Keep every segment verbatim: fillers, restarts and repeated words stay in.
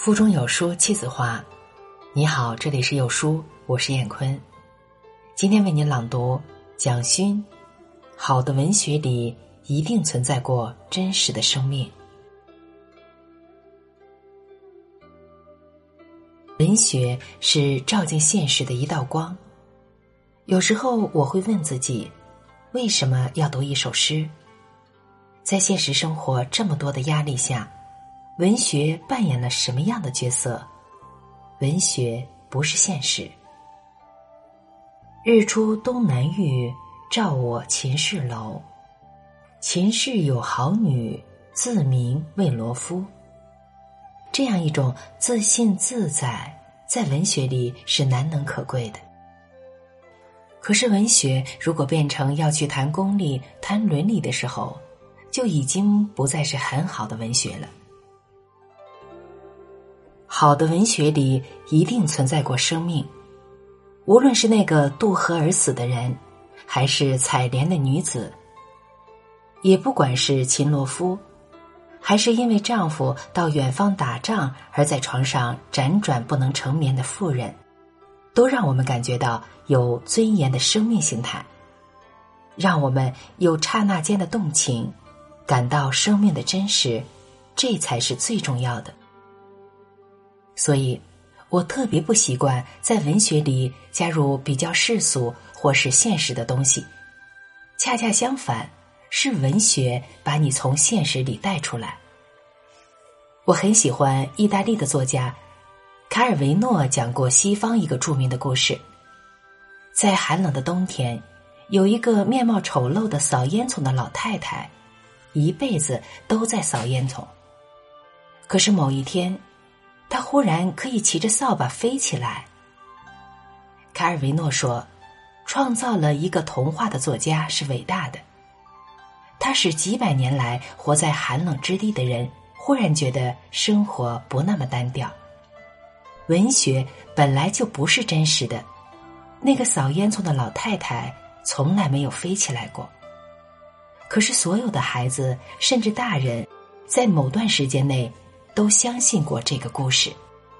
腹中有书气自华。你好，这里是有书，我是燕坤。今天为您朗读蒋勋。好的文学里一定存在过真实的生命。文学是照进现实的一道光。有时候我会问自己，为什么要读一首诗？在现实生活这么多的压力下，文学扮演了什么样的角色？文学不是现实。日出东南隅，照我秦氏楼。秦氏有好女，自名魏罗夫。这样一种自信自在，在文学里是难能可贵的。可是文学如果变成要去谈功利、谈伦理的时候，就已经不再是很好的文学了。好的文学里一定存在过生命，无论是那个渡河而死的人，还是采莲的女子，也不管是秦罗夫，还是因为丈夫到远方打仗而在床上辗转不能成眠的妇人，都让我们感觉到有尊严的生命形态，让我们有刹那间的动情，感到生命的真实，这才是最重要的。所以我特别不习惯在文学里加入比较世俗或是现实的东西，恰恰相反，是文学把你从现实里带出来。我很喜欢意大利的作家卡尔维诺讲过西方一个著名的故事。在寒冷的冬天，有一个面貌丑陋的扫烟囱的老太太，一辈子都在扫烟囱。可是某一天，他忽然可以骑着扫把飞起来。卡尔维诺说，创造了一个童话的作家是伟大的，他使几百年来活在寒冷之地的人忽然觉得生活不那么单调。文学本来就不是真实的，那个扫烟囱的老太太从来没有飞起来过。可是所有的孩子甚至大人在某段时间内都相信过这个故事。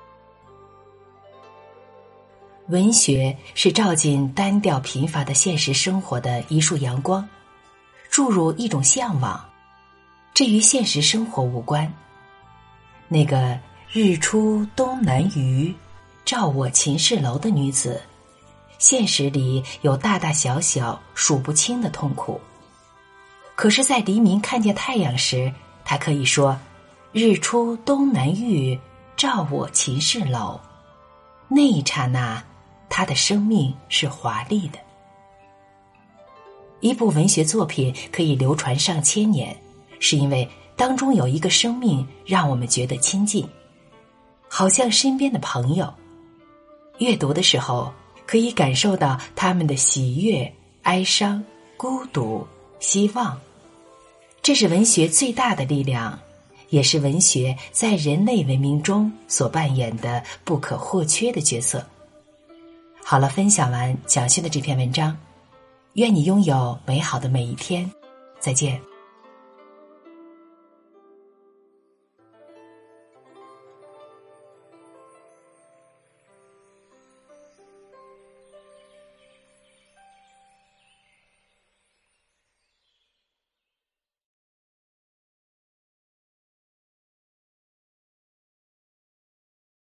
文学是照进单调贫乏的现实生活的一束阳光，注入一种向往，这与现实生活无关。那个日出东南隅，照我秦氏楼的女子，现实里有大大小小数不清的痛苦，可是在黎明看见太阳时，她可以说，日出东南隅，照我秦氏楼。那一刹那，他的生命是华丽的。一部文学作品可以流传上千年，是因为当中有一个生命让我们觉得亲近，好像身边的朋友。阅读的时候，可以感受到他们的喜悦、哀伤、孤独、希望。这是文学最大的力量，也是文学在人类文明中所扮演的不可或缺的角色。好了，分享完蒋勋的这篇文章，愿你拥有美好的每一天，再见。